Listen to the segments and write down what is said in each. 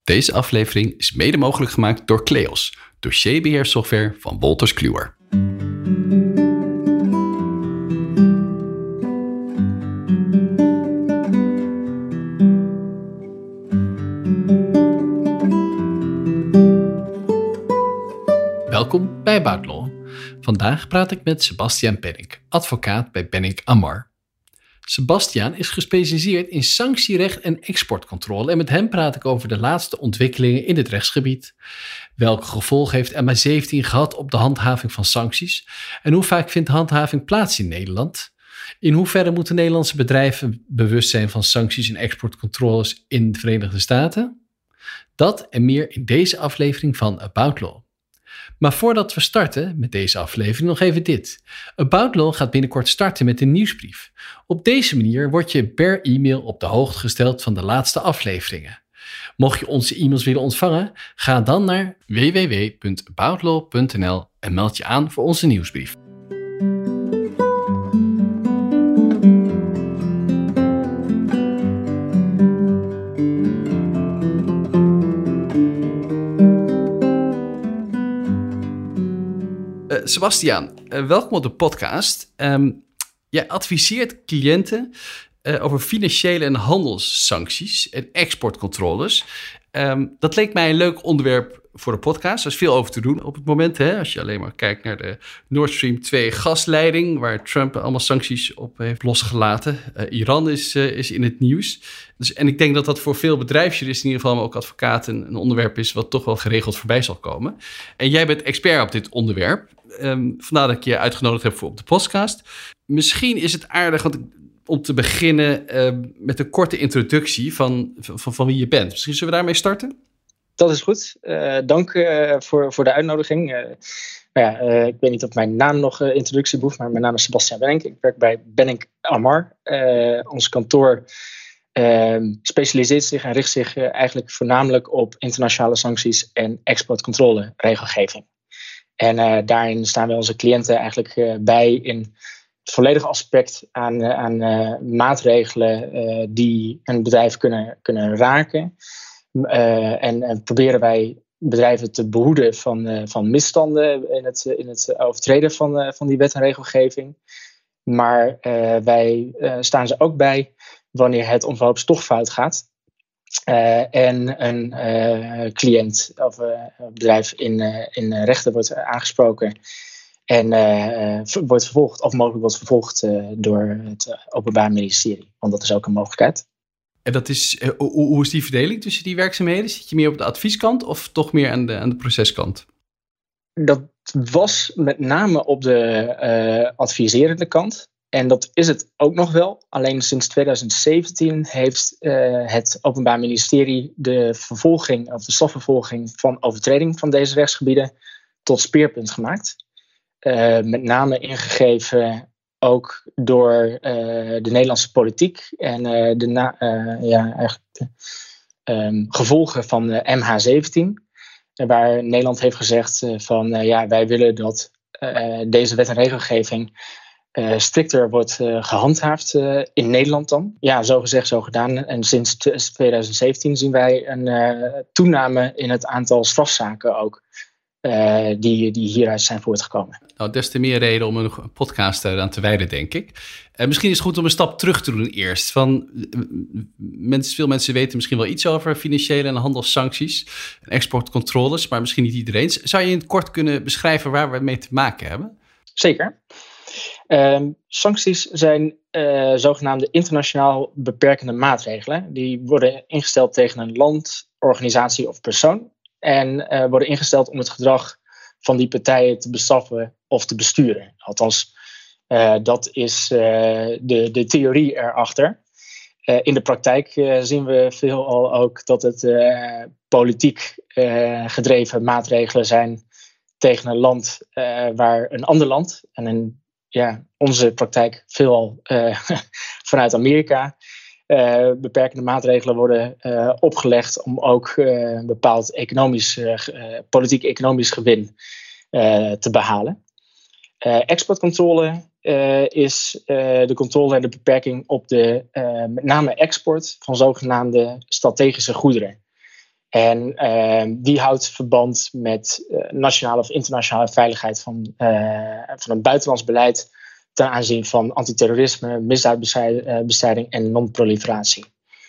Deze aflevering is mede mogelijk gemaakt door Kleos, dossierbeheersoftware van Wolters Kluwer. Welkom bij About Law. Vandaag praat ik met Sebastiaan Benink, advocaat bij Benink Amar. Sebastiaan is gespecialiseerd in sanctierecht en exportcontrole en met hem praat ik over de laatste ontwikkelingen in het rechtsgebied. Welke gevolgen heeft MH17 gehad op de handhaving van sancties? En hoe vaak vindt handhaving plaats in Nederland? In hoeverre moeten Nederlandse bedrijven bewust zijn van sancties en exportcontroles in de Verenigde Staten? Dat en meer in deze aflevering van About Law. Maar voordat we starten met deze aflevering nog even dit. About Law gaat binnenkort starten met een nieuwsbrief. Op deze manier word je per e-mail op de hoogte gesteld van de laatste afleveringen. Mocht je onze e-mails willen ontvangen, ga dan naar www.aboutlaw.nl en meld je aan voor onze nieuwsbrief. Sebastiaan, welkom op de podcast. Jij adviseert cliënten over financiële en handelssancties en exportcontroles. Dat leek mij een leuk onderwerp voor de podcast. Er is veel over te doen op het moment. Hè? Als je alleen maar kijkt naar de Nord Stream 2 gasleiding, waar Trump allemaal sancties op heeft losgelaten. Iran is in het nieuws. En ik denk dat dat voor veel bedrijfsjuristen, in ieder geval, maar ook advocaten, een onderwerp is wat toch wel geregeld voorbij zal komen. En jij bent expert op dit onderwerp. Vandaar dat ik je uitgenodigd heb voor op de podcast. Misschien is het aardig om te beginnen met een korte introductie van wie je bent. Misschien zullen we daarmee starten? Dat is goed. Dank voor de uitnodiging. Ik weet niet of mijn naam nog introductie behoeft, maar mijn naam is Sebastiaan Benink. Ik werk bij Benink Amar. Ons kantoor specialiseert zich en richt zich eigenlijk voornamelijk op internationale sancties en exportcontrole regelgeving. En daarin staan we onze cliënten eigenlijk bij in het volledige aspect aan maatregelen die een bedrijf kunnen raken. En proberen wij bedrijven te behoeden van misstanden in het overtreden van die wet en regelgeving. Maar wij staan ze ook bij wanneer het onverhoops toch fout gaat. En een cliënt of bedrijf in rechten wordt aangesproken en wordt vervolgd of mogelijk wordt vervolgd door het Openbaar Ministerie. Want dat is ook een mogelijkheid. En dat is, hoe is die verdeling tussen die werkzaamheden? Zit je meer op de advieskant of toch meer aan de proceskant? Dat was met name op de adviserende kant. En dat is het ook nog wel. Alleen sinds 2017 heeft het Openbaar Ministerie de vervolging of de strafvervolging van overtreding van deze rechtsgebieden tot speerpunt gemaakt. Met name ingegeven ook door de Nederlandse politiek en de gevolgen van MH17. Waar Nederland heeft gezegd wij willen dat deze wet en regelgeving strikter wordt gehandhaafd in Nederland dan. Ja, zo gezegd, zo gedaan. En sinds 2017 zien wij een toename in het aantal strafzaken ook. Die hieruit zijn voortgekomen. Nou, des te meer reden om een podcast aan te wijden, denk ik. Misschien is het goed om een stap terug te doen eerst. Veel mensen weten misschien wel iets over financiële en handelssancties en exportcontroles, maar misschien niet iedereen. Zou je in het kort kunnen beschrijven waar we het mee te maken hebben? Zeker. Sancties zijn zogenaamde internationaal beperkende maatregelen. Die worden ingesteld tegen een land, organisatie of persoon. En worden ingesteld om het gedrag van die partijen te bestraffen of te besturen. Althans, dat is de theorie erachter. In de praktijk zien we veelal ook dat het politiek gedreven maatregelen zijn tegen een land waar een ander land, en in onze praktijk veelal vanuit Amerika, beperkende maatregelen worden opgelegd om ook bepaald politiek-economisch gewin te behalen. Exportcontrole is de controle en de beperking op de met name export van zogenaamde strategische goederen. En die houdt verband met nationale of internationale veiligheid van een buitenlands beleid ten aanzien van antiterrorisme, misdaadbestrijding en non-proliferatie.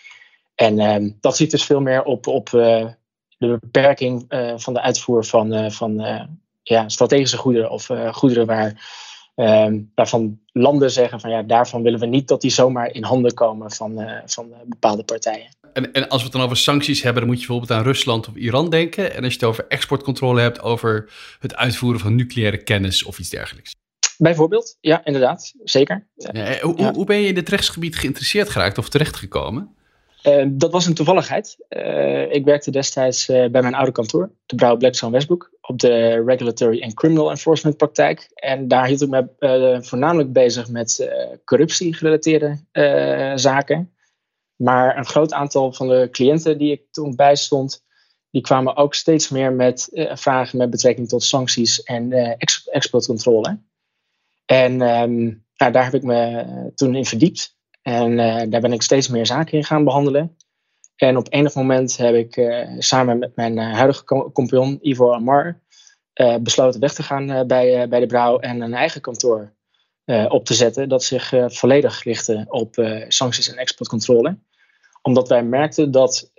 En dat ziet dus veel meer op de beperking van de uitvoer van strategische goederen of goederen waarvan landen zeggen van daarvan willen we niet dat die zomaar in handen komen van bepaalde partijen. En als we het dan over sancties hebben, dan moet je bijvoorbeeld aan Rusland of Iran denken. En als je het over exportcontrole hebt, over het uitvoeren van nucleaire kennis of iets dergelijks. Bijvoorbeeld, ja, inderdaad, zeker. Hoe ben je in dit rechtsgebied geïnteresseerd geraakt of terechtgekomen? Dat was een toevalligheid. Ik werkte destijds bij mijn oude kantoor, de Brouw Blackstone Westbroek, op de Regulatory and Criminal Enforcement praktijk. En daar hield ik me voornamelijk bezig met corruptie-gerelateerde zaken. Maar een groot aantal van de cliënten die ik toen bijstond, die kwamen ook steeds meer met vragen met betrekking tot sancties en exportcontrole. En daar heb ik me toen in verdiept. En daar ben ik steeds meer zaken in gaan behandelen. En op enig moment heb ik samen met mijn huidige compagnon Ivo Amar besloten weg te gaan bij de Brouw en een eigen kantoor op te zetten dat zich volledig richtte op sancties en exportcontrole. Omdat wij merkten dat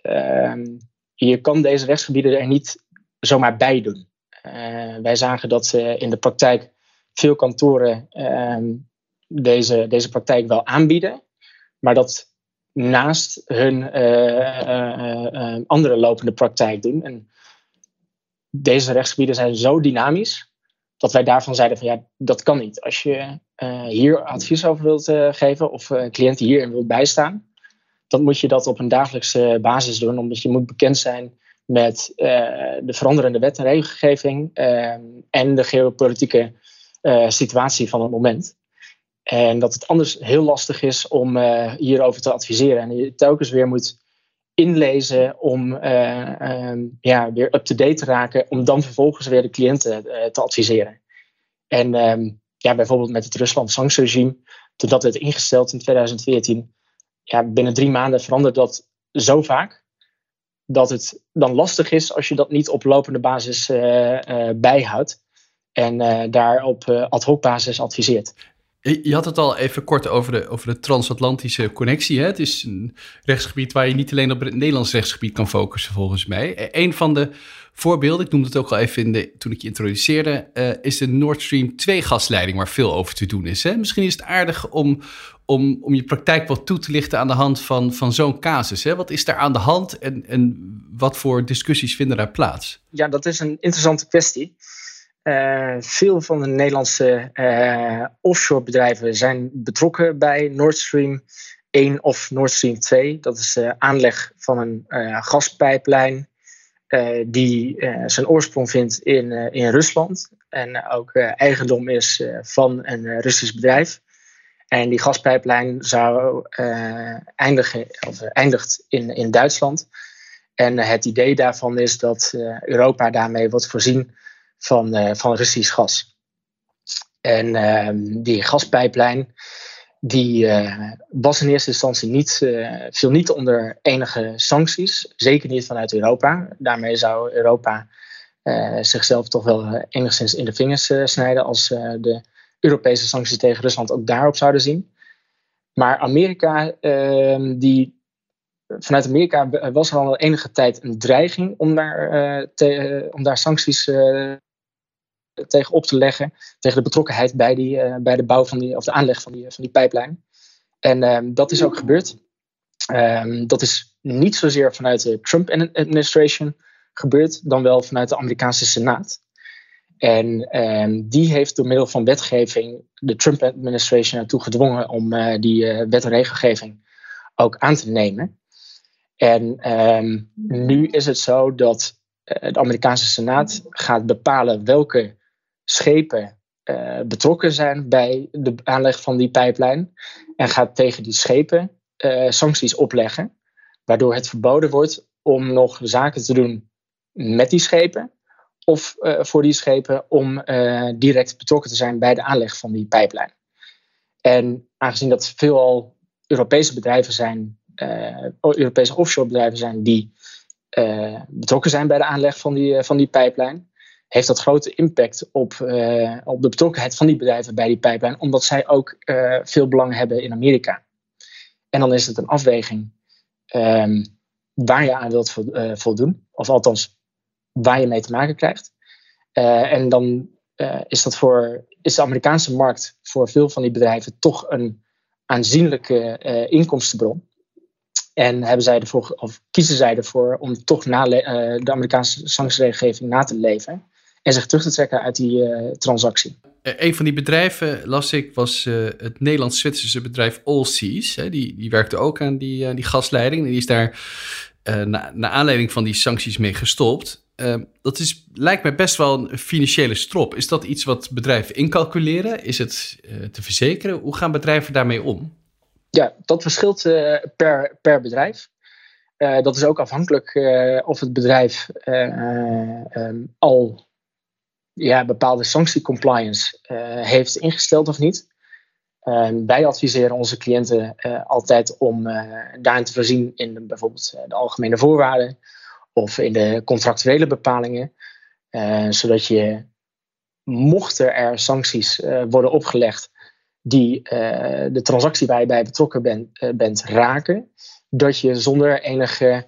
je kan deze rechtsgebieden er niet zomaar bij doen. Wij zagen dat in de praktijk veel kantoren deze praktijk wel aanbieden, maar dat naast hun andere lopende praktijk doen. En deze rechtsgebieden zijn zo dynamisch dat wij daarvan zeiden van dat kan niet. Als je hier advies over wilt geven of cliënten hierin wilt bijstaan, dan moet je dat op een dagelijkse basis doen, omdat je moet bekend zijn met de veranderende wet en regelgeving en de geopolitieke situatie van het moment. En dat het anders heel lastig is om hierover te adviseren. En je telkens weer moet inlezen om weer up-to-date te raken, om dan vervolgens weer de cliënten te adviseren. En bijvoorbeeld met het Rusland-sanctieregime, toen dat werd ingesteld in 2014, binnen 3 maanden verandert dat zo vaak dat het dan lastig is als je dat niet op lopende basis bijhoudt en daar op ad hoc basis adviseert. Je had het al even kort over de transatlantische connectie. Hè? Het is een rechtsgebied waar je niet alleen op het Nederlands rechtsgebied kan focussen, volgens mij. Een van de voorbeelden, ik noemde het ook al even toen ik je introduceerde, is de Nord Stream 2 gasleiding, waar veel over te doen is. Hè? Misschien is het aardig om je praktijk wat toe te lichten aan de hand van zo'n casus. Hè? Wat is daar aan de hand en wat voor discussies vinden daar plaats? Ja, dat is een interessante kwestie. Veel van de Nederlandse offshore bedrijven zijn betrokken bij Nord Stream 1 of Nord Stream 2. Dat is de aanleg van een gaspijplijn die zijn oorsprong vindt in Rusland. En ook eigendom is van een Russisch bedrijf. En die gaspijplijn eindigt in Duitsland. En het idee daarvan is dat Europa daarmee wordt voorzien van Russisch gas. En die gaspijplijn die was in eerste instantie viel niet onder enige sancties. Zeker niet vanuit Europa. Daarmee zou Europa zichzelf toch wel enigszins in de vingers snijden als de Europese sancties tegen Rusland ook daarop zouden zien. Maar vanuit Amerika was er al enige tijd een dreiging om daar sancties tegen op te leggen, tegen de betrokkenheid bij de bouw of de aanleg van die pijplijn. En dat is ook gebeurd. Dat is niet zozeer vanuit de Trump-administration gebeurd, dan wel vanuit de Amerikaanse Senaat. En die heeft door middel van wetgeving de Trump-administration ertoe gedwongen om die wet en regelgeving ook aan te nemen. En nu is het zo dat de Amerikaanse Senaat gaat bepalen welke schepen betrokken zijn bij de aanleg van die pijplijn. En gaat tegen die schepen sancties opleggen. Waardoor het verboden wordt om nog zaken te doen met die schepen. Of voor die schepen om direct betrokken te zijn bij de aanleg van die pijplijn. En aangezien dat veelal Europese bedrijven zijn, Europese offshore bedrijven zijn die betrokken zijn bij de aanleg van die pijplijn, heeft dat grote impact op de betrokkenheid van die bedrijven bij die pijplijn, omdat zij ook veel belang hebben in Amerika. En dan is het een afweging waar je aan wilt voldoen, of althans waar je mee te maken krijgt. En dan is de Amerikaanse markt voor veel van die bedrijven toch een aanzienlijke inkomstenbron. En kiezen zij ervoor om toch de Amerikaanse sanctieregelgeving na te leven en zich terug te trekken uit die transactie. Een van die bedrijven, las ik, was het Nederlands-Zwitserse bedrijf Allseas. Die werkte ook aan die gasleiding. En die is daar naar aanleiding van die sancties mee gestopt. Dat lijkt mij best wel een financiële strop. Is dat iets wat bedrijven incalculeren? Is het te verzekeren? Hoe gaan bedrijven daarmee om? Ja, dat verschilt per bedrijf. Dat is ook afhankelijk of het bedrijf al bepaalde sanctiecompliance heeft ingesteld of niet. Wij adviseren onze cliënten altijd om daarin te voorzien in bijvoorbeeld de algemene voorwaarden of in de contractuele bepalingen. Zodat je, mochten er sancties worden opgelegd die de transactie waar je bij betrokken bent raken, dat je zonder enige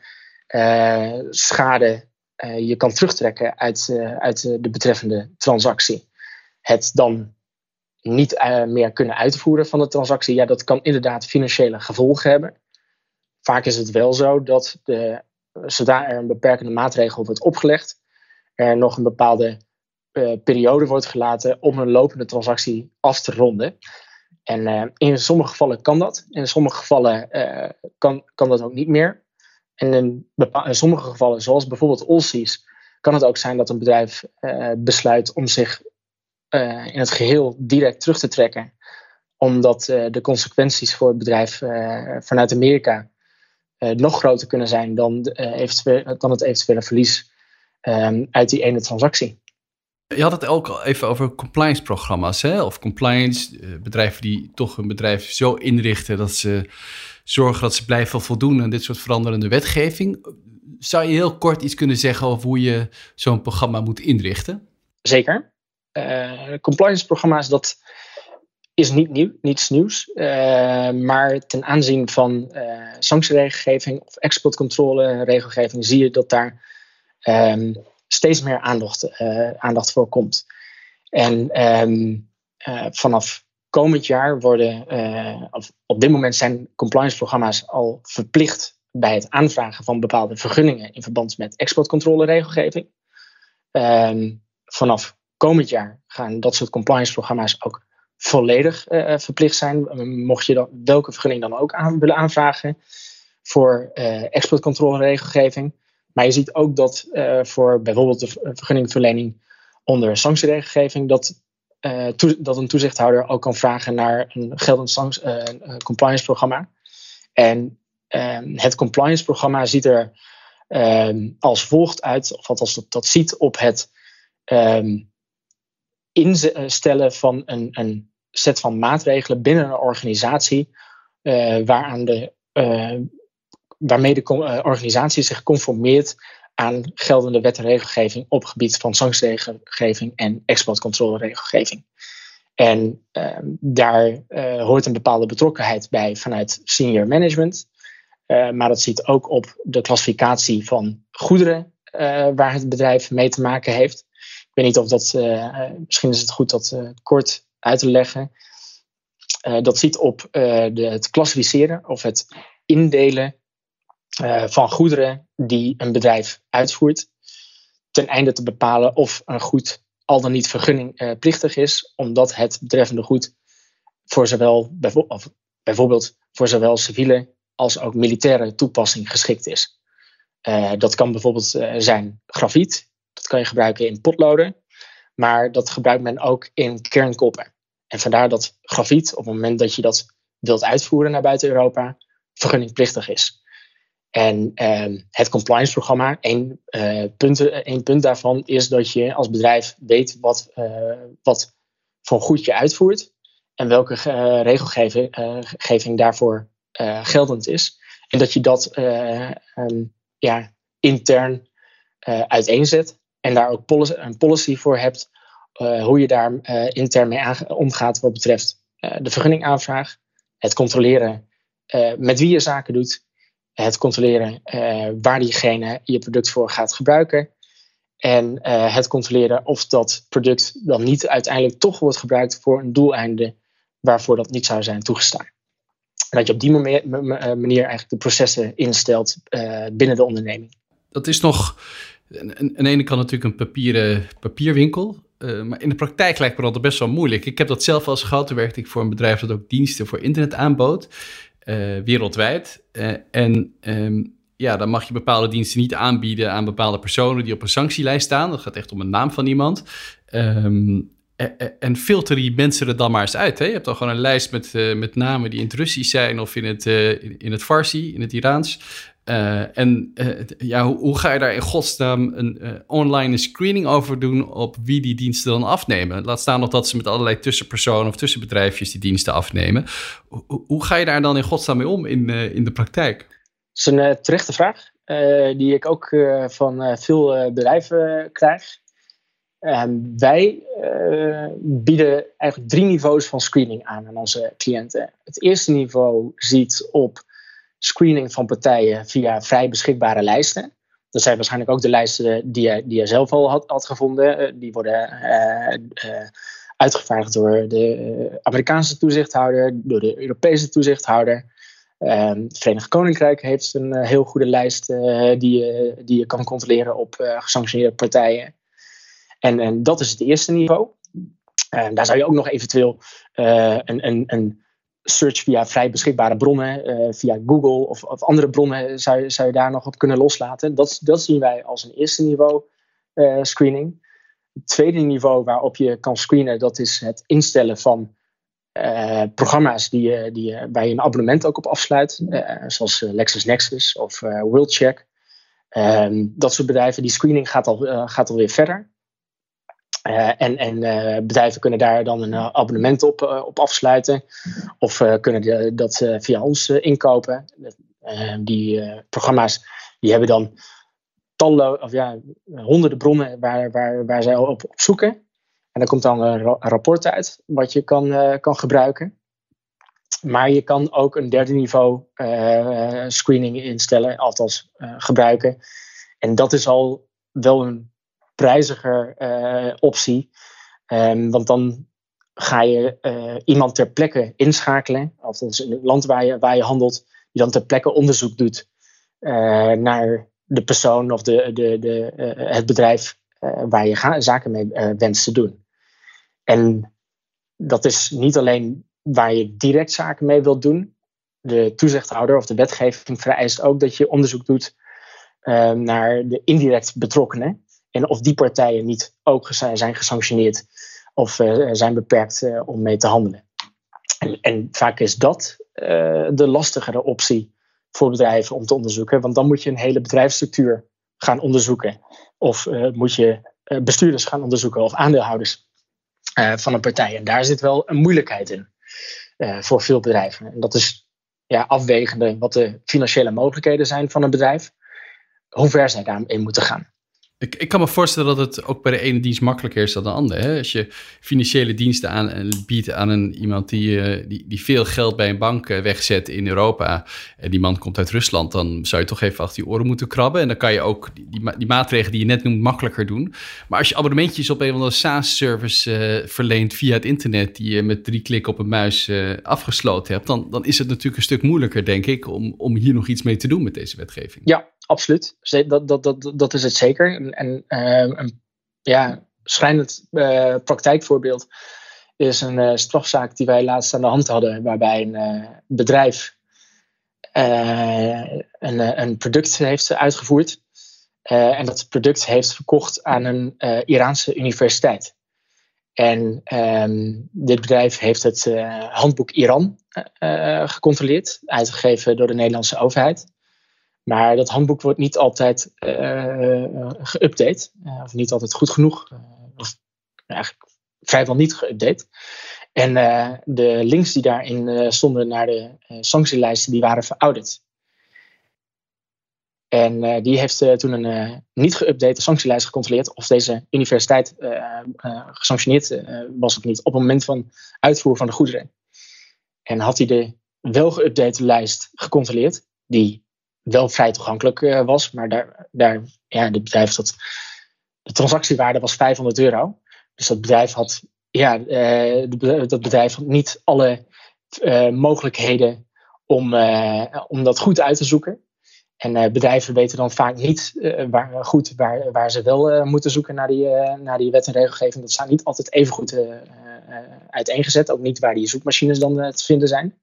schade je kan terugtrekken uit de betreffende transactie. Het dan niet meer kunnen uitvoeren van de transactie, dat kan inderdaad financiële gevolgen hebben. Vaak is het wel zo dat zodra er een beperkende maatregel wordt opgelegd, er nog een bepaalde periode wordt gelaten om een lopende transactie af te ronden. En in sommige gevallen kan dat. In sommige gevallen kan dat ook niet meer. En in sommige gevallen, zoals bijvoorbeeld Allseas, kan het ook zijn dat een bedrijf besluit om zich in het geheel direct terug te trekken. Omdat de consequenties voor het bedrijf vanuit Amerika nog groter kunnen zijn dan het eventuele verlies uit die ene transactie. Je had het ook al even over compliance-programma's, hè? Of compliance, bedrijven die toch een bedrijf zo inrichten dat ze zorgen dat ze blijven voldoen aan dit soort veranderende wetgeving. Zou je heel kort iets kunnen zeggen over hoe je zo'n programma moet inrichten? Zeker. Compliance-programma's, dat is niets nieuws. Maar ten aanzien van sanctieregelgeving of exportcontrole-regelgeving zie je dat daar steeds meer aandacht voor komt. En vanaf komend jaar op dit moment zijn compliance-programma's al verplicht bij het aanvragen van bepaalde vergunningen in verband met exportcontrole-regelgeving. Vanaf komend jaar gaan dat soort compliance-programma's ook volledig verplicht zijn. Mocht je welke vergunning dan ook willen aanvragen voor exportcontrole-regelgeving. Maar je ziet ook dat voor bijvoorbeeld de vergunningverlening onder sanctieregelgeving dat een toezichthouder ook kan vragen naar een geldend compliance-programma. En het compliance-programma ziet er als volgt uit, of althans dat ziet op het instellen van een set van maatregelen binnen een organisatie waarmee de organisatie zich conformeert aan geldende wet en regelgeving op het gebied van sanctieregelgeving en exportcontroleregelgeving. En daar hoort een bepaalde betrokkenheid bij vanuit senior management. Maar dat ziet ook op de klassificatie van goederen waar het bedrijf mee te maken heeft. Ik weet niet of dat, misschien is het goed dat kort uit te leggen. Dat ziet op het klassificeren of het indelen van goederen die een bedrijf uitvoert, ten einde te bepalen of een goed al dan niet vergunningplichtig is, omdat het betreffende goed voor bijvoorbeeld voor zowel civiele als ook militaire toepassing geschikt is. Dat kan bijvoorbeeld zijn grafiet, dat kan je gebruiken in potloden, maar dat gebruikt men ook in kernkoppen. En vandaar dat grafiet, op het moment dat je dat wilt uitvoeren naar buiten Europa, vergunningplichtig is. En het compliance-programma, één punt daarvan is dat je als bedrijf weet wat voor goed je uitvoert en welke regelgeving daarvoor geldend is. En dat je dat intern uiteenzet. En daar ook een policy voor hebt. Hoe je daar intern mee omgaat wat betreft de vergunningaanvraag. Het controleren met wie je zaken doet. Het controleren waar diegene je product voor gaat gebruiken. En het controleren of dat product dan niet uiteindelijk toch wordt gebruikt voor een doeleinde waarvoor dat niet zou zijn toegestaan. En dat je op die manier eigenlijk de processen instelt binnen de onderneming. Dat is nog aan de ene kant natuurlijk een papierwinkel. Maar in de praktijk lijkt me dat best wel moeilijk. Ik heb dat zelf al eens gehad. Toen werkte ik voor een bedrijf dat ook diensten voor internet aanbood. Wereldwijd. Dan mag je bepaalde diensten niet aanbieden aan bepaalde personen die op een sanctielijst staan. Dat gaat echt om een naam van iemand. En filter die mensen er dan maar eens uit. Hè? Je hebt dan gewoon een lijst met namen die in het Russisch zijn of in het Farsi, in het Iraans. Hoe ga je daar in godsnaam een online screening over doen op wie die diensten dan afnemen? Laat staan nog dat ze met allerlei tussenpersonen of tussenbedrijfjes die diensten afnemen. Hoe ga je daar dan in godsnaam mee om in de praktijk? Dat is een terechte vraag die ik ook van veel bedrijven krijg. Wij bieden eigenlijk 3 niveaus van screening aan onze cliënten. Het eerste niveau ziet op screening van partijen via vrij beschikbare lijsten. Dat zijn waarschijnlijk ook de lijsten die je zelf al had gevonden. Die worden uitgevaardigd door de Amerikaanse toezichthouder, door de Europese toezichthouder. Het Verenigd Koninkrijk heeft een heel goede lijst die je kan controleren op gesanctioneerde partijen. En dat is het eerste niveau. Daar zou je ook nog eventueel een search via vrij beschikbare bronnen, via Google of andere bronnen zou je daar nog op kunnen loslaten. Dat zien wij als een eerste niveau screening. Het tweede niveau waarop je kan screenen, dat is het instellen van programma's waar je een abonnement ook op afsluit. Zoals LexisNexis of WorldCheck. Dat soort bedrijven, die screening gaat alweer verder. Bedrijven kunnen daar dan een abonnement op afsluiten. Of kunnen dat via ons inkopen. Die programma's die hebben dan honderden bronnen waar zij op zoeken. En daar komt dan een rapport uit wat je kan gebruiken. Maar je kan ook een derde niveau screening instellen, althans gebruiken. En dat is al wel een prijziger optie. Want dan ga je iemand ter plekke inschakelen, althans in het land waar je handelt, die dan ter plekke onderzoek doet naar de persoon of het bedrijf waar je zaken mee wenst te doen. En dat is niet alleen waar je direct zaken mee wilt doen. De toezichthouder of de wetgeving vereist ook dat je onderzoek doet naar de indirect betrokkenen. En of die partijen niet ook zijn gesanctioneerd of zijn beperkt om mee te handelen. En vaak is dat de lastigere optie voor bedrijven om te onderzoeken. Want dan moet je een hele bedrijfsstructuur gaan onderzoeken. Of moet je bestuurders gaan onderzoeken of aandeelhouders van een partij. En daar zit wel een moeilijkheid in voor veel bedrijven. En dat is afwegende wat de financiële mogelijkheden zijn van een bedrijf. Hoe ver zij daarin moeten gaan. Ik kan me voorstellen dat het ook bij de ene dienst makkelijker is dan de andere. Hè? Als je financiële diensten aanbiedt aan iemand die veel geld bij een bank wegzet in Europa. En die man komt uit Rusland, dan zou je toch even achter je oren moeten krabben. En dan kan je ook die maatregelen die je net noemt makkelijker doen. Maar als je abonnementjes op een of andere SaaS-service verleent via het internet, die je met 3 klikken op een muis afgesloten hebt, dan is het natuurlijk een stuk moeilijker, denk ik, om hier nog iets mee te doen met deze wetgeving. Ja, absoluut. Dat is het zeker. Een schrijnend praktijkvoorbeeld is een strafzaak die wij laatst aan de hand hadden, waarbij een bedrijf een product heeft uitgevoerd. En dat product heeft verkocht aan een Iraanse universiteit. En dit bedrijf heeft het handboek Iran gecontroleerd, uitgegeven door de Nederlandse overheid. Maar dat handboek wordt niet altijd geüpdate. Of niet altijd goed genoeg. Of eigenlijk vrijwel niet geüpdate. En de links die daarin stonden naar de sanctielijsten, die waren verouderd. En die heeft toen een niet geüpdate sanctielijst gecontroleerd of deze universiteit gesanctioneerd was of niet op het moment van uitvoer van de goederen. En had hij de wel geüpdate lijst gecontroleerd, die wel vrij toegankelijk was, maar het bedrijf de transactiewaarde was €500. Dus dat bedrijf had, dat bedrijf had niet alle mogelijkheden om dat goed uit te zoeken. En bedrijven weten dan vaak niet waar ze wel moeten zoeken naar die wet en regelgeving. Dat staat niet altijd even goed uiteengezet. Ook niet waar die zoekmachines dan te vinden zijn.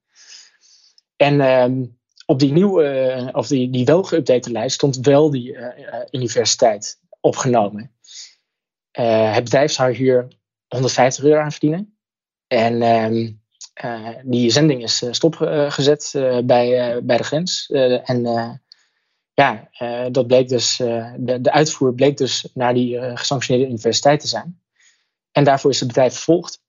En op die nieuwe, of die wel geüpdate lijst stond wel die universiteit opgenomen. Het bedrijf zou hier €150 aan verdienen. En die zending is stopgezet bij de grens. Dat bleek dus, de uitvoer bleek dus naar die gesanctioneerde universiteit te zijn. En daarvoor is het bedrijf vervolgd.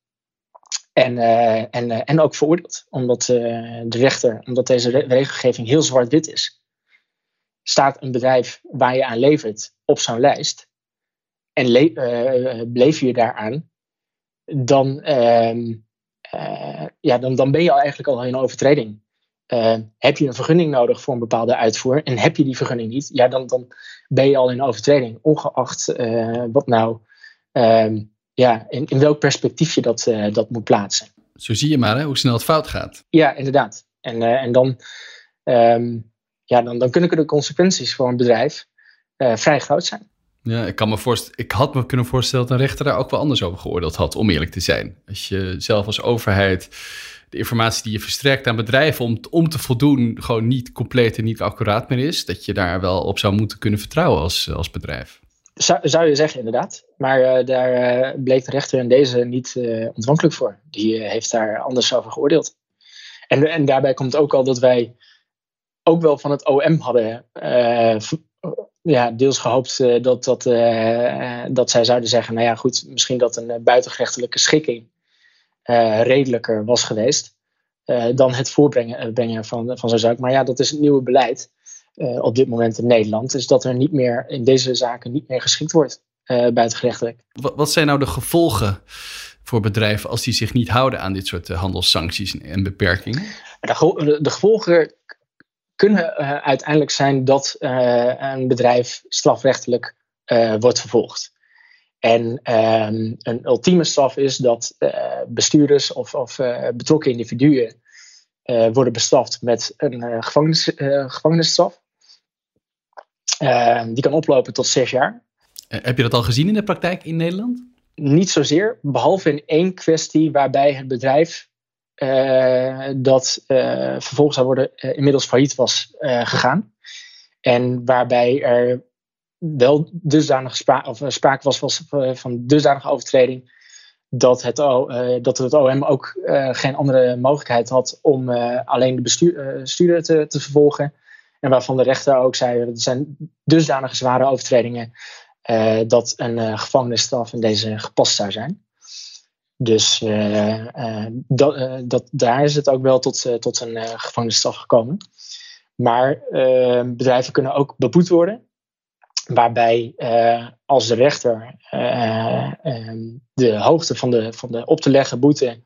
En ook veroordeeld. Omdat de rechter, omdat deze regelgeving heel zwart-wit is, staat een bedrijf waar je aan levert op zo'n lijst en bleef je daaraan, dan ben je eigenlijk al in overtreding. Heb je een vergunning nodig voor een bepaalde uitvoer en heb je die vergunning niet, dan ben je al in overtreding. Ongeacht wat nou, in welk perspectief je dat moet plaatsen. Zo zie je maar hoe snel het fout gaat. Ja, inderdaad. En dan kunnen de consequenties voor een bedrijf vrij groot zijn. Ja, ik had me kunnen voorstellen dat een rechter daar ook wel anders over geoordeeld had, om eerlijk te zijn. Als je zelf als overheid de informatie die je verstrekt aan bedrijven om te voldoen gewoon niet compleet en niet accuraat meer is, dat je daar wel op zou moeten kunnen vertrouwen als bedrijf. Zou je zeggen, inderdaad. Maar daar bleek de rechter in deze niet ontvankelijk voor. Die heeft daar anders over geoordeeld. En daarbij komt ook al dat wij ook wel van het OM hadden deels gehoopt dat zij zouden zeggen, nou ja goed, misschien dat een buitengerechtelijke schikking redelijker was geweest dan het voorbrengen van zo'n zaak. Maar ja, dat is het nieuwe beleid op dit moment in Nederland. Dus dat er niet meer in deze zaken niet meer geschikt wordt buitengerechtelijk. Wat zijn nou de gevolgen voor bedrijven als die zich niet houden aan dit soort handelssancties en beperkingen? De gevolgen kunnen uiteindelijk zijn dat een bedrijf strafrechtelijk wordt vervolgd. En een ultieme straf is dat bestuurders of betrokken individuen worden bestraft met een gevangenisstraf. Die kan oplopen tot 6 jaar. Heb je dat al gezien in de praktijk in Nederland? Niet zozeer, behalve in één kwestie waarbij het bedrijf dat vervolgens zou worden inmiddels failliet was gegaan. En waarbij er wel dusdanig sprake was van dusdanige overtreding dat het OM ook geen andere mogelijkheid had om alleen de bestuurder te vervolgen. En waarvan de rechter ook zei, dat zijn dusdanige zware overtredingen dat een gevangenisstraf in deze gepast zou zijn. Dus daar is het ook wel tot een gevangenisstraf gekomen. Maar bedrijven kunnen ook beboet worden. Waarbij als de rechter de hoogte van de op te leggen boete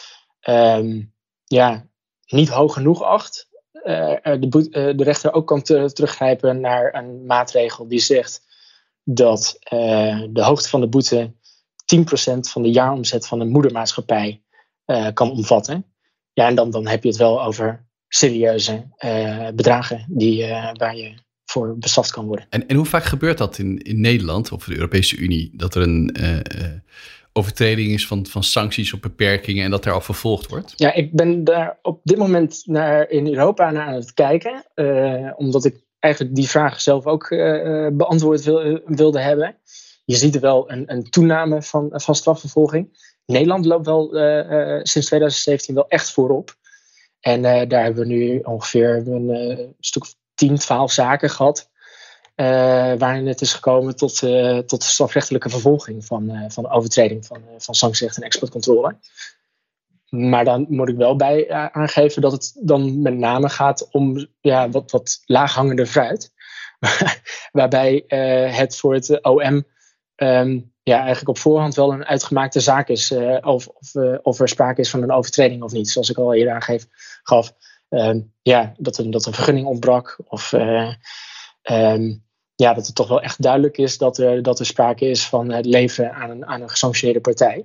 niet hoog genoeg acht. De rechter ook kan teruggrijpen naar een maatregel die zegt dat de hoogte van de boete 10% van de jaaromzet van een moedermaatschappij kan omvatten. Ja, en dan heb je het wel over serieuze bedragen waar je voor bestraft kan worden. En hoe vaak gebeurt dat in Nederland of de Europese Unie, dat er een overtreding is van sancties of beperkingen en dat daarop vervolgd wordt? Ja, ik ben daar op dit moment in Europa naar aan het kijken, omdat ik eigenlijk die vraag zelf ook beantwoord wilde hebben. Je ziet er wel een toename van strafvervolging. Nederland loopt wel sinds 2017 wel echt voorop. En daar hebben we nu ongeveer een stuk 10, 12 zaken gehad. Waarin het is gekomen tot de strafrechtelijke vervolging van overtreding van sanctierecht en exportcontrole. Maar dan moet ik wel bij aangeven dat het dan met name gaat om wat laaghangende fruit. waarbij het voor het OM eigenlijk op voorhand wel een uitgemaakte zaak is of er sprake is van een overtreding of niet. Zoals ik al eerder gaf. Dat een vergunning ontbrak of dat het toch wel echt duidelijk is dat er sprake is van het leveren aan een gesanctioneerde partij.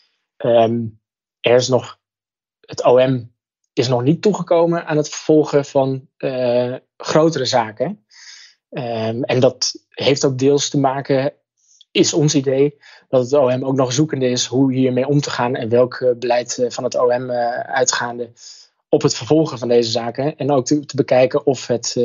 Het OM is nog niet toegekomen aan het vervolgen van grotere zaken. En dat heeft ook deels te maken, is ons idee, dat het OM ook nog zoekende is hoe hiermee om te gaan en welk beleid van het OM uitgaande op het vervolgen van deze zaken. En ook te bekijken of het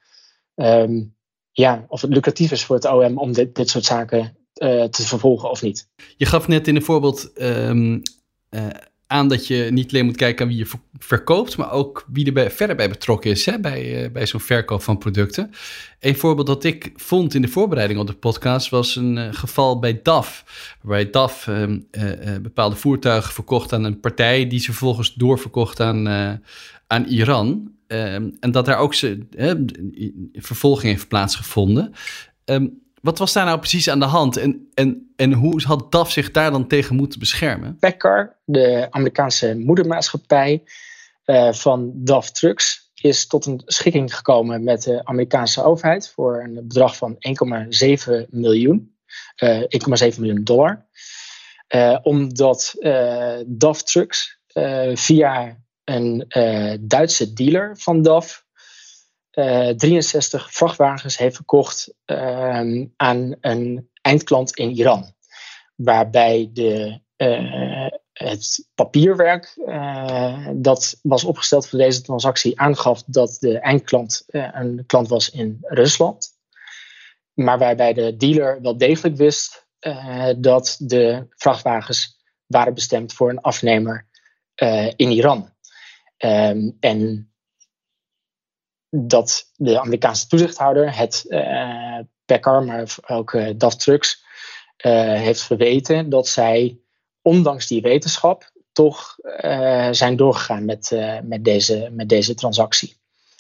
lucratief is voor het OM om dit soort zaken te vervolgen of niet. Je gaf net in een voorbeeld aan dat je niet alleen moet kijken aan wie je verkoopt, maar ook wie er verder bij betrokken is, hè, bij zo'n verkoop van producten. Een voorbeeld dat ik vond in de voorbereiding op de podcast was een geval bij DAF, waarbij DAF bepaalde voertuigen verkocht aan een partij die ze vervolgens doorverkocht aan Iran. En dat daar ook vervolging heeft plaatsgevonden. Wat was daar nou precies aan de hand? En hoe had DAF zich daar dan tegen moeten beschermen? PACCAR, de Amerikaanse moedermaatschappij van DAF Trucks, is tot een schikking gekomen met de Amerikaanse overheid voor een bedrag van $1,7 miljoen. Omdat DAF Trucks via een Duitse dealer van DAF 63 vrachtwagens heeft verkocht aan een eindklant in Iran. Waarbij het papierwerk dat was opgesteld voor deze transactie aangaf dat de eindklant een klant was in Rusland. Maar waarbij de dealer wel degelijk wist dat de vrachtwagens waren bestemd voor een afnemer in Iran. En dat de Amerikaanse toezichthouder het PACCAR, maar ook DAF Trucks, heeft geweten dat zij, ondanks die wetenschap, toch zijn doorgegaan met deze transactie.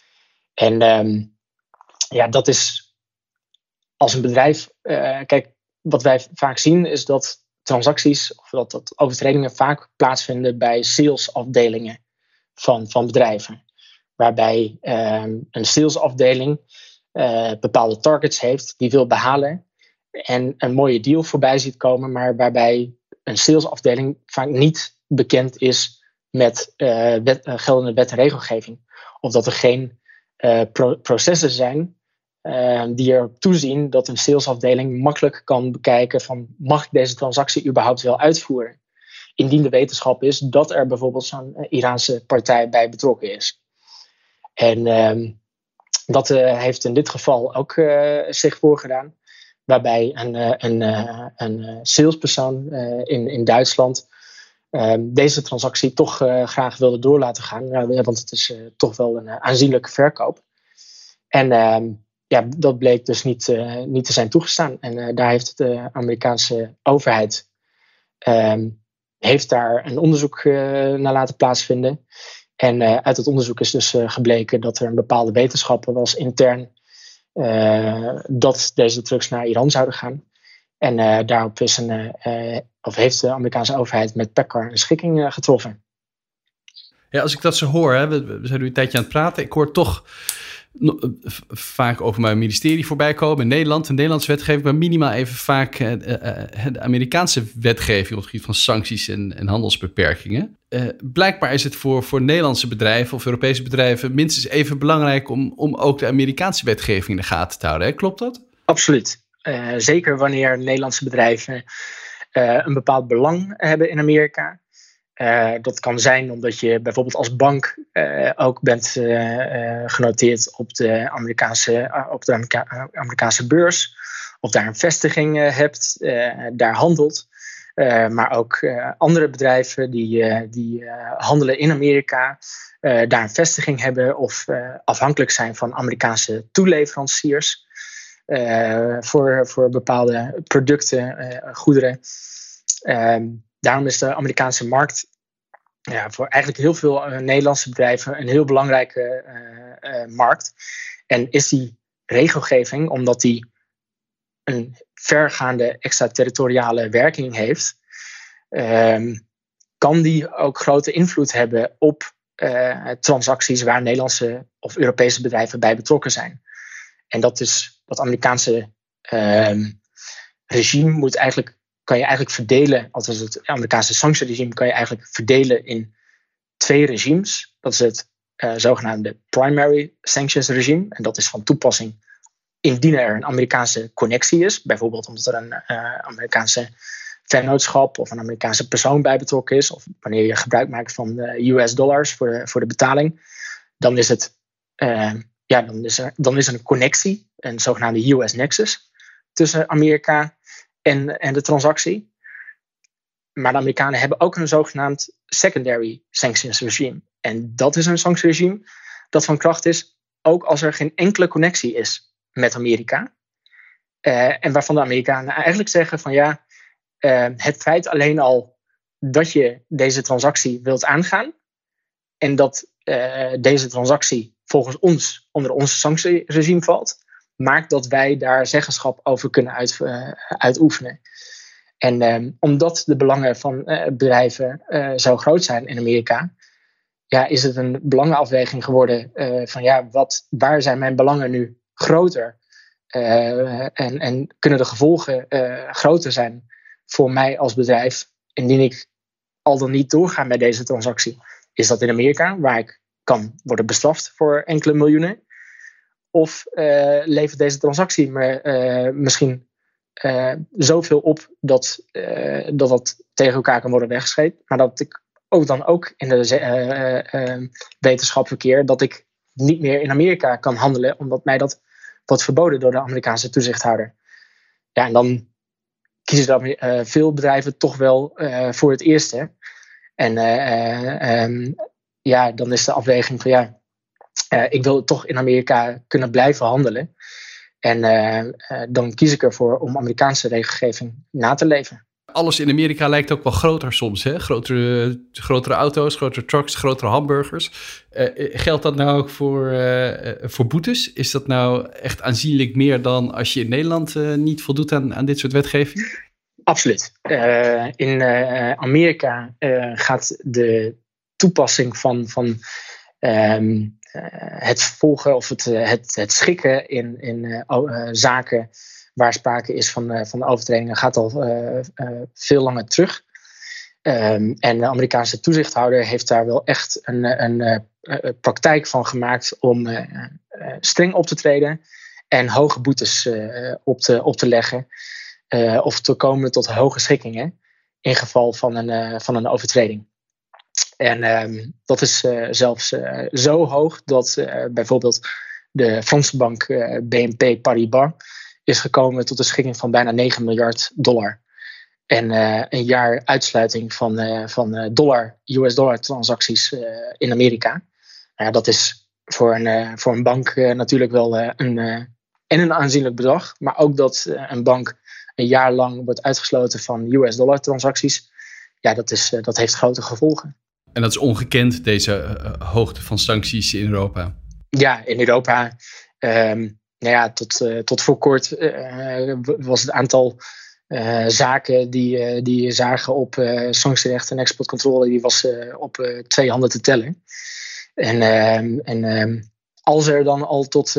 En dat is als een bedrijf. Kijk, wat wij vaak zien is dat transacties of dat overtredingen vaak plaatsvinden bij salesafdelingen van bedrijven. Waarbij een salesafdeling bepaalde targets heeft die wil behalen en een mooie deal voorbij ziet komen, maar waarbij een salesafdeling vaak niet bekend is met geldende wet en regelgeving. Of dat er geen processen zijn die erop toezien dat een salesafdeling makkelijk kan bekijken van, mag ik deze transactie überhaupt wel uitvoeren? Indien de wetenschap is dat er bijvoorbeeld zo'n Iraanse partij bij betrokken is. En dat heeft in dit geval ook zich voorgedaan. Waarbij een salespersoon in Duitsland deze transactie toch graag wilde door laten gaan. Want het is toch wel een aanzienlijke verkoop. En dat bleek dus niet te zijn toegestaan. En daar heeft de Amerikaanse overheid heeft daar een onderzoek naar laten plaatsvinden. En uit het onderzoek is dus gebleken dat er een bepaalde wetenschap was intern dat deze trucks naar Iran zouden gaan. En daarop heeft de Amerikaanse overheid met PACCAR een schikking getroffen. Ja, als ik dat zo hoor, hè, we zijn nu een tijdje aan het praten. Ik hoor toch vaak over mijn ministerie voorbij komen in Nederland. De Nederlandse wetgeving, maar minimaal even vaak de Amerikaanse wetgeving op het gebied van sancties en handelsbeperkingen. Blijkbaar is het voor Nederlandse bedrijven of Europese bedrijven minstens even belangrijk om ook de Amerikaanse wetgeving in de gaten te houden. Hè? Klopt dat? Absoluut. Zeker wanneer Nederlandse bedrijven een bepaald belang hebben in Amerika. Dat kan zijn omdat je bijvoorbeeld als bank ook bent genoteerd op de Amerikaanse beurs. Of daar een vestiging hebt, daar handelt. Maar ook andere bedrijven die handelen in Amerika, daar een vestiging hebben of afhankelijk zijn van Amerikaanse toeleveranciers. Voor bepaalde producten, goederen. Daarom is de Amerikaanse markt voor eigenlijk heel veel Nederlandse bedrijven een heel belangrijke markt. En is die regelgeving, omdat die een vergaande extraterritoriale werking heeft, kan die ook grote invloed hebben op transacties waar Nederlandse of Europese bedrijven bij betrokken zijn. En dat Amerikaanse regime kan je eigenlijk verdelen, althans het Amerikaanse sanctieregime kan je eigenlijk verdelen in 2 regimes. Dat is het zogenaamde primary sanctions regime. En dat is van toepassing indien er een Amerikaanse connectie is. Bijvoorbeeld omdat er een Amerikaanse vennootschap of een Amerikaanse persoon bij betrokken is. Of wanneer je gebruik maakt van US dollars voor de betaling. Dan is dan is er een connectie, een zogenaamde US nexus, tussen Amerika en de transactie. Maar de Amerikanen hebben ook een zogenaamd secondary sanctions regime. En dat is een sanctieregime dat van kracht is ook als er geen enkele connectie is met Amerika. En waarvan de Amerikanen eigenlijk zeggen van het feit alleen al dat je deze transactie wilt aangaan en dat deze transactie volgens ons onder ons sanctieregime valt, maakt dat wij daar zeggenschap over kunnen uitoefenen. En omdat de belangen van bedrijven zo groot zijn in Amerika, is het een belangenafweging geworden van waar zijn mijn belangen nu groter? En kunnen de gevolgen groter zijn voor mij als bedrijf indien ik al dan niet doorga met deze transactie? Is dat in Amerika, waar ik kan worden bestraft voor enkele miljoenen? Of levert deze transactie me misschien zoveel op dat tegen elkaar kan worden weggescheept, maar dat ik ook in de wetenschap verkeer dat ik niet meer in Amerika kan handelen, omdat mij dat wordt verboden door de Amerikaanse toezichthouder. Ja, en dan kiezen veel bedrijven toch wel voor het eerste. En dan is de afweging van ik wil toch in Amerika kunnen blijven handelen. En dan kies ik ervoor om Amerikaanse regelgeving na te leven. Alles in Amerika lijkt ook wel groter soms, hè? Grotere auto's, grotere trucks, grotere hamburgers. Geldt dat nou ook voor boetes? Is dat nou echt aanzienlijk meer dan als je in Nederland niet voldoet aan dit soort wetgeving? Absoluut. In Amerika gaat de toepassing van het volgen of het schikken in zaken waar sprake is van overtredingen, gaat al veel langer terug. En de Amerikaanse toezichthouder heeft daar wel echt een praktijk van gemaakt om streng op te treden en hoge boetes op te leggen. Of te komen tot hoge schikkingen in geval van een overtreding. En dat is zelfs zo hoog dat bijvoorbeeld de Franse bank BNP Paribas is gekomen tot een schikking van bijna $9 miljard. En een jaar uitsluiting van US dollar transacties in Amerika. Dat is voor een bank natuurlijk wel een aanzienlijk bedrag. Maar ook dat een bank een jaar lang wordt uitgesloten van US dollar transacties. Dat heeft grote gevolgen. En dat is ongekend, deze hoogte van sancties in Europa? Ja, in Europa. Tot voor kort was het aantal zaken die zagen op sanctierecht en exportcontrole, die was op 2 handen te tellen. En als er dan al tot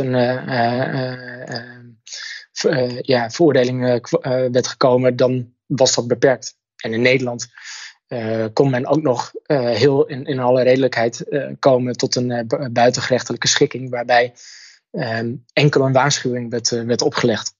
een veroordeling werd gekomen, dan was dat beperkt. En in Nederland kon men ook nog heel in alle redelijkheid komen tot een buitengerechtelijke schikking, waarbij enkel een waarschuwing werd opgelegd.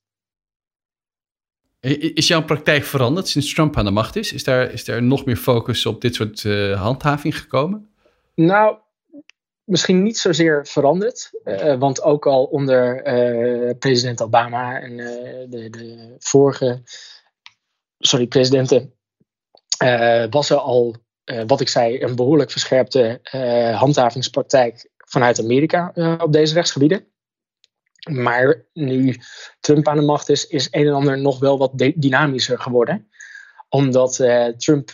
Is jouw praktijk veranderd sinds Trump aan de macht is? Is daar nog meer focus op dit soort handhaving gekomen? Nou, misschien niet zozeer veranderd. Want ook al onder president Obama en de vorige presidenten was er al, wat ik zei, een behoorlijk verscherpte handhavingspraktijk vanuit Amerika op deze rechtsgebieden. Maar nu Trump aan de macht is een en ander nog wel wat dynamischer geworden. Omdat Trump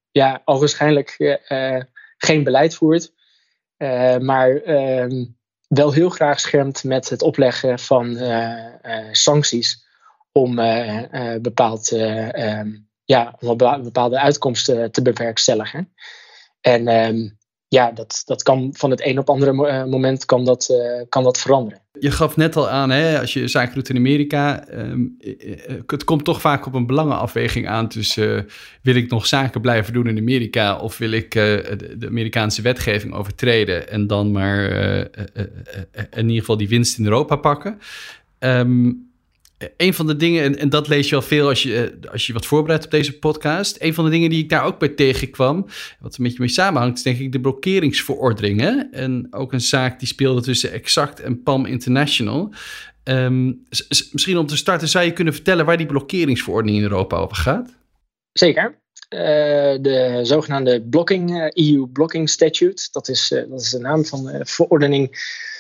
ogenschijnlijk geen beleid voert. Maar wel heel graag schermt met het opleggen van sancties om bepaalde uitkomsten te bewerkstelligen. En dat kan van het een op het andere moment kan dat veranderen. Je gaf net al aan, hè, als je zaken doet in Amerika, het komt toch vaak op een belangenafweging aan tussen wil ik nog zaken blijven doen in Amerika of wil ik de Amerikaanse wetgeving overtreden en dan maar in ieder geval die winst in Europa pakken. Een van de dingen, en dat lees je al veel als je wat voorbereidt op deze podcast. Een van de dingen die ik daar ook bij tegenkwam, wat een beetje mee samenhangt, is denk ik de blokkeringsverordeningen. En ook een zaak die speelde tussen Exact en PAM International. Misschien om te starten, zou je kunnen vertellen waar die blokkeringsverordening in Europa over gaat? Zeker. De zogenaamde EU Blocking Statute, dat is de naam van de verordening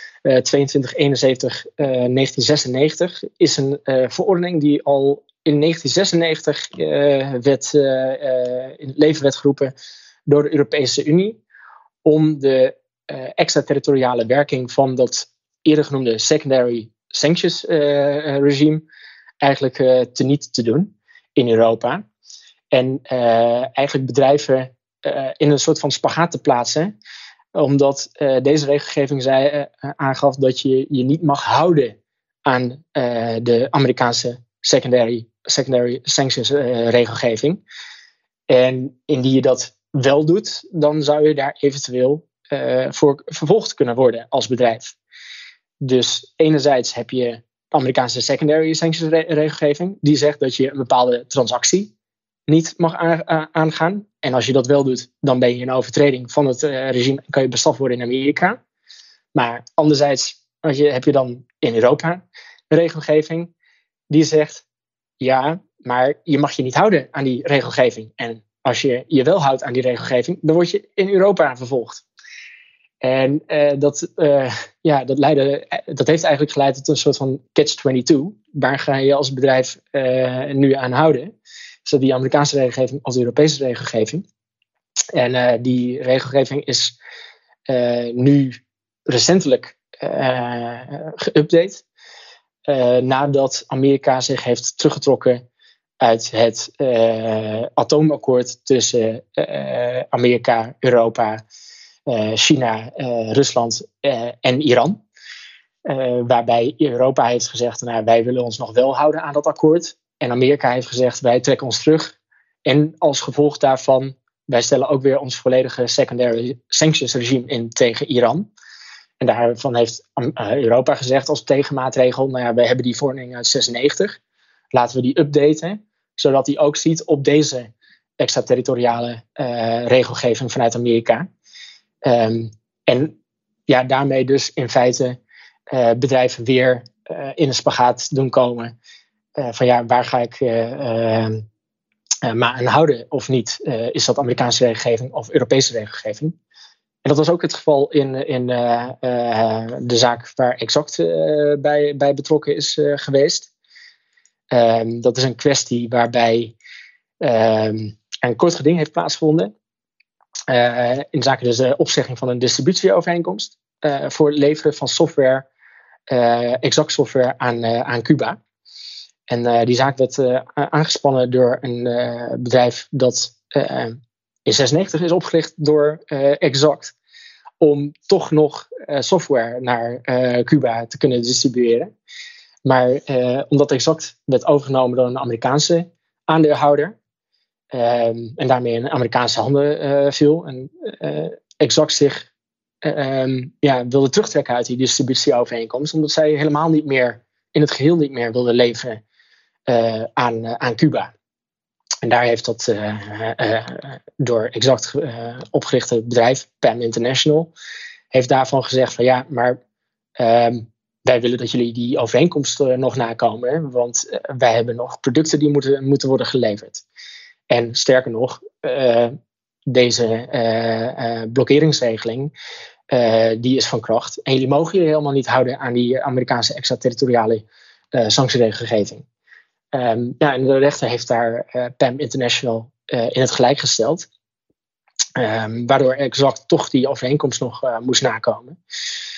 2271 1996, is een verordening die al in 1996 in het leven werd geroepen door de Europese Unie om de extraterritoriale werking van dat eerder genoemde secondary sanctions regime eigenlijk teniet te doen in Europa. En eigenlijk bedrijven in een soort van spagaat te plaatsen, omdat deze regelgeving aangaf dat je je niet mag houden aan de Amerikaanse secondary sanctions regelgeving. En indien je dat wel doet, dan zou je daar eventueel voor vervolgd kunnen worden als bedrijf. Dus enerzijds heb je de Amerikaanse secondary sanctions regelgeving, die zegt dat je een bepaalde transactie niet mag aangaan. En als je dat wel doet, dan ben je in overtreding van het regime en kan je bestraft worden in Amerika. Maar anderzijds heb je dan in Europa een regelgeving die zegt, ja, maar je mag je niet houden aan die regelgeving. En als je je wel houdt aan die regelgeving, dan word je in Europa vervolgd. En dat heeft eigenlijk geleid tot een soort van catch-22. Waar ga je als bedrijf nu aan houden? Is dat die Amerikaanse regelgeving of de Europese regelgeving? En die regelgeving is nu recentelijk geüpdate. Nadat Amerika zich heeft teruggetrokken uit het atoomakkoord tussen Amerika, Europa, China, Rusland en Iran. Waarbij Europa heeft gezegd, nou, wij willen ons nog wel houden aan dat akkoord. En Amerika heeft gezegd, wij trekken ons terug. En als gevolg daarvan, wij stellen ook weer ons volledige secondary sanctions regime in tegen Iran. En daarvan heeft Europa gezegd als tegenmaatregel, nou ja, wij hebben die verordening uit 96. Laten we die updaten, zodat die ook ziet op deze extraterritoriale regelgeving vanuit Amerika. En ja, daarmee dus in feite bedrijven weer in een spagaat doen komen. Van ja, waar ga ik me aan houden of niet? Is dat Amerikaanse regelgeving of Europese regelgeving? En dat was ook het geval in de zaak waar Exact bij betrokken is geweest. Dat is een kwestie waarbij een kort geding heeft plaatsgevonden. In zaken dus de opzegging van een distributieovereenkomst voor het leveren van software, Exact software aan Cuba. En die zaak werd aangespannen door een bedrijf dat in 96 is opgericht door Exact. Om toch nog software naar Cuba te kunnen distribueren. Maar omdat Exact werd overgenomen door een Amerikaanse aandeelhouder. En daarmee in Amerikaanse handen viel. En Exact zich wilde terugtrekken uit die distributieovereenkomst. Omdat zij helemaal niet meer, in het geheel niet meer wilde leveren aan Cuba. En daar heeft dat door Exact opgerichte bedrijf, PAM International, heeft daarvan gezegd van ja, maar wij willen dat jullie die overeenkomst nog nakomen. Hè, want wij hebben nog producten die moeten worden geleverd. En sterker nog, deze blokkeringsregeling, die is van kracht. En jullie mogen je helemaal niet houden aan die Amerikaanse extraterritoriale sanctieregelgeving. En de rechter heeft daar PAM International in het gelijk gesteld. Waardoor Exact toch die overeenkomst nog moest nakomen.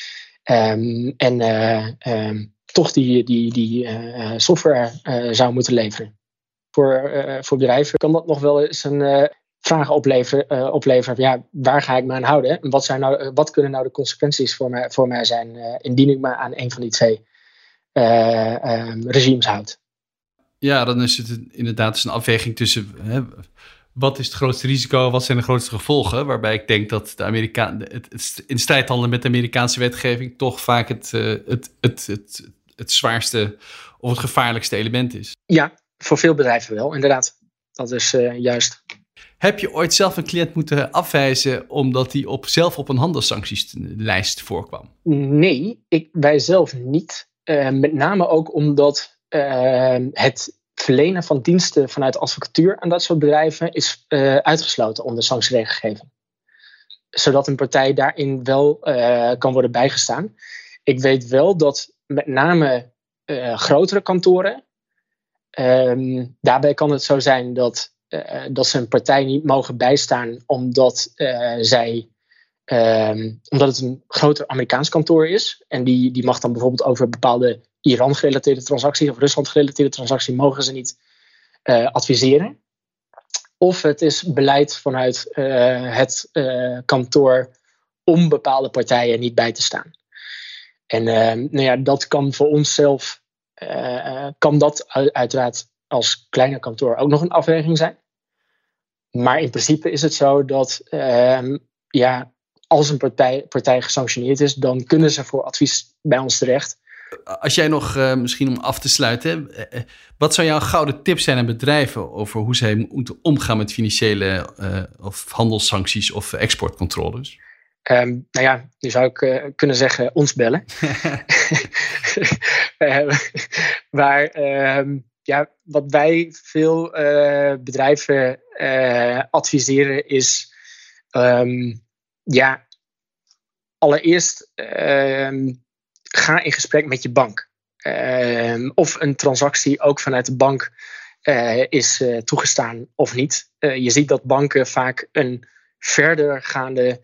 Toch die software zou moeten leveren. Voor bedrijven kan dat nog wel eens een vraag opleveren. Ja, waar ga ik me aan houden? En wat kunnen nou de consequenties voor mij zijn indien ik me aan een van die twee regimes houd? Ja, dan is het inderdaad dus een afweging tussen wat is het grootste risico, wat zijn de grootste gevolgen, waarbij ik denk dat het in strijd handelen met de Amerikaanse wetgeving toch vaak het zwaarste of het gevaarlijkste element is. Ja, voor veel bedrijven wel, inderdaad. Dat is juist. Heb je ooit zelf een cliënt moeten afwijzen omdat hij zelf op een handelssanctieslijst voorkwam? Nee, wij zelf niet. Met name ook omdat het verlenen van diensten vanuit de advocatuur aan dat soort bedrijven is uitgesloten onder sanctieregelgeving. Zodat een partij daarin wel kan worden bijgestaan. Ik weet wel dat met name grotere kantoren, daarbij kan het zo zijn dat ze een partij niet mogen bijstaan omdat het een groter Amerikaans kantoor is. En die mag dan bijvoorbeeld over bepaalde Iran-gerelateerde transacties of Rusland-gerelateerde transacties mogen ze niet adviseren. Of het is beleid vanuit het kantoor om bepaalde partijen niet bij te staan. En dat kan voor onszelf, kan dat uiteraard als kleiner kantoor ook nog een afweging zijn. Maar in principe is het zo dat als een partij gesanctioneerd is, dan kunnen ze voor advies bij ons terecht. Als jij nog, misschien om af te sluiten, wat zou jouw gouden tip zijn aan bedrijven over hoe zij moeten omgaan met financiële of handelssancties of exportcontroles? Nu zou ik kunnen zeggen, ons bellen. Wat wij veel bedrijven adviseren is, allereerst ga in gesprek met je bank. Of een transactie ook vanuit de bank is toegestaan of niet. Je ziet dat banken vaak een verdergaande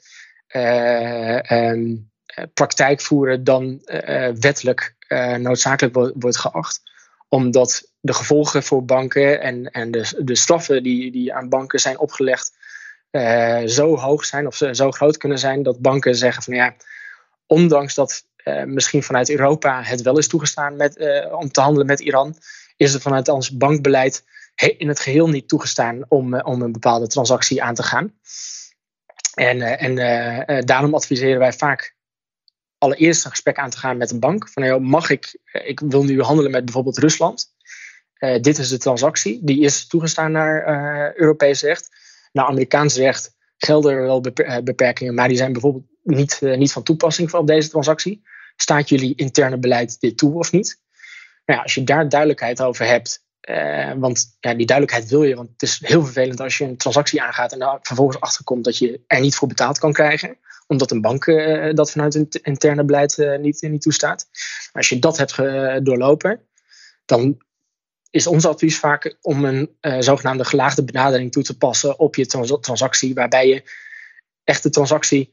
praktijk voeren dan wettelijk noodzakelijk wordt geacht. Omdat de gevolgen voor banken en de straffen die aan banken zijn opgelegd zo hoog zijn of zo groot kunnen zijn dat banken zeggen van ondanks dat misschien vanuit Europa het wel is toegestaan om te handelen met Iran, is het vanuit ons bankbeleid in het geheel niet toegestaan om een bepaalde transactie aan te gaan. En daarom adviseren wij vaak allereerst een gesprek aan te gaan met een bank. Van ik wil nu handelen met bijvoorbeeld Rusland. Dit is de transactie, die is toegestaan naar Europees recht. Naar Amerikaans recht gelden er wel beperkingen, maar die zijn bijvoorbeeld niet van toepassing op deze transactie. Staat jullie interne beleid dit toe of niet? Als je daar duidelijkheid over hebt, want die duidelijkheid wil je, want het is heel vervelend als je een transactie aangaat en daar vervolgens achterkomt dat je er niet voor betaald kan krijgen, omdat een bank dat vanuit het interne beleid niet toestaat. Maar als je dat hebt doorlopen, dan is ons advies vaak om een zogenaamde gelaagde benadering toe te passen op je transactie, waarbij je echt de transactie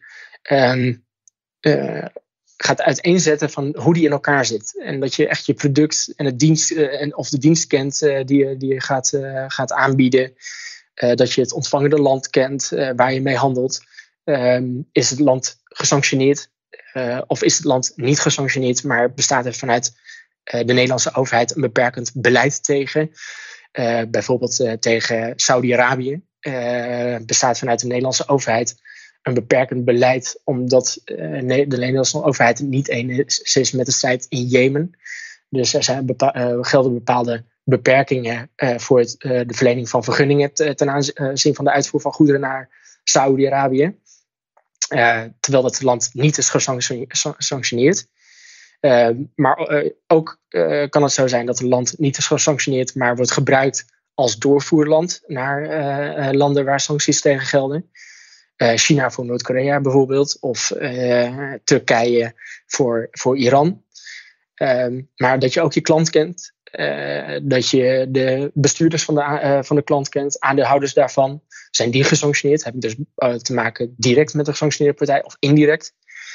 gaat uiteenzetten van hoe die in elkaar zit. En dat je echt je product en het dienst of de dienst kent die je gaat aanbieden. Dat je het ontvangende land kent waar je mee handelt. Is het land gesanctioneerd of is het land niet gesanctioneerd, maar bestaat er vanuit de Nederlandse overheid een beperkend beleid tegen? Bijvoorbeeld tegen Saudi-Arabië bestaat vanuit de Nederlandse overheid een beperkend beleid, omdat de Nederlandse overheid niet eens is met de strijd in Jemen. Dus er gelden bepaalde beperkingen voor de verlening van vergunningen ten aanzien van de uitvoer van goederen naar Saudi-Arabië. Terwijl dat land niet is gesanctioneerd. Maar ook kan het zo zijn dat een land niet is gesanctioneerd, maar wordt gebruikt als doorvoerland naar landen waar sancties tegen gelden. China voor Noord-Korea bijvoorbeeld, of Turkije voor Iran. Maar dat je ook je klant kent, dat je de bestuurders van de klant kent, aandeelhouders daarvan. Zijn die gesanctioneerd? Heb je dus te maken direct met een gesanctioneerde partij of indirect?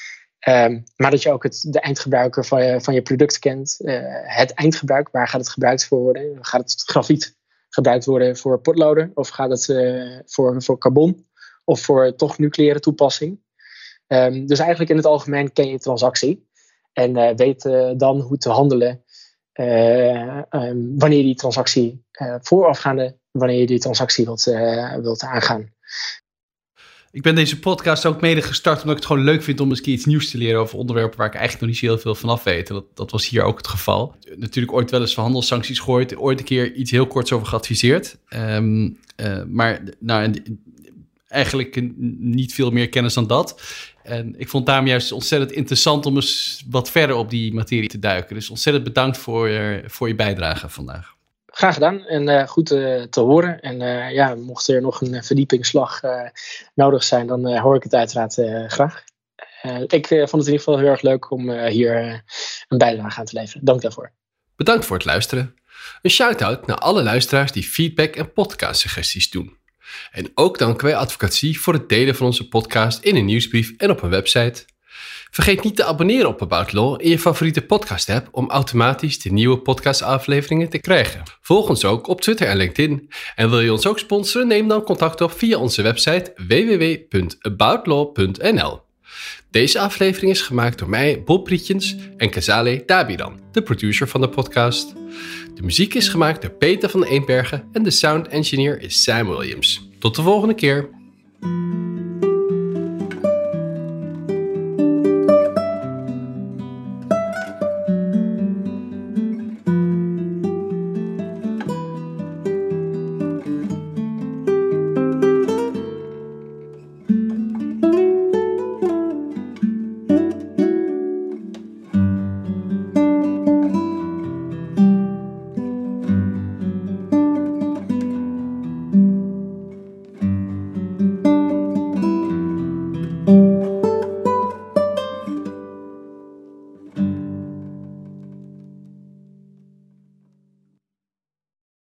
Maar dat je ook de eindgebruiker van je product kent. Het eindgebruik, waar gaat het gebruikt voor worden? Gaat het grafiet gebruikt worden voor potloden? Of gaat het voor carbon? Of voor toch nucleaire toepassing? Dus eigenlijk in het algemeen ken je transactie. En weet dan hoe te handelen wanneer je die transactie voorafgaande, wanneer je die transactie wilt aangaan. Ik ben deze podcast ook mede gestart omdat ik het gewoon leuk vind om eens een keer iets nieuws te leren over onderwerpen waar ik eigenlijk nog niet zo heel veel van af weet. Dat was hier ook het geval. Natuurlijk ooit wel eens van handelssancties gehoord, ooit een keer iets heel korts over geadviseerd. Maar eigenlijk niet veel meer kennis dan dat. En ik vond het daarom juist ontzettend interessant om eens wat verder op die materie te duiken. Dus ontzettend bedankt voor je bijdrage vandaag. Graag gedaan en goed te horen. En mocht er nog een verdiepingsslag nodig zijn, dan hoor ik het uiteraard graag. Ik vond het in ieder geval heel erg leuk om hier een bijdrage aan te leveren. Dank daarvoor. Bedankt voor het luisteren. Een shout-out naar alle luisteraars die feedback en podcastsuggesties doen. En ook danken wij Advocatie voor het delen van onze podcast in een nieuwsbrief en op een website. Vergeet niet te abonneren op About Law in je favoriete podcast-app om automatisch de nieuwe podcastafleveringen te krijgen. Volg ons ook op Twitter en LinkedIn. En wil je ons ook sponsoren? Neem dan contact op via onze website www.aboutlaw.nl. Deze aflevering is gemaakt door mij, Bob Prietjens en Kazale Dabiran, de producer van de podcast. De muziek is gemaakt door Peter van Eenbergen en de sound engineer is Sam Williams. Tot de volgende keer.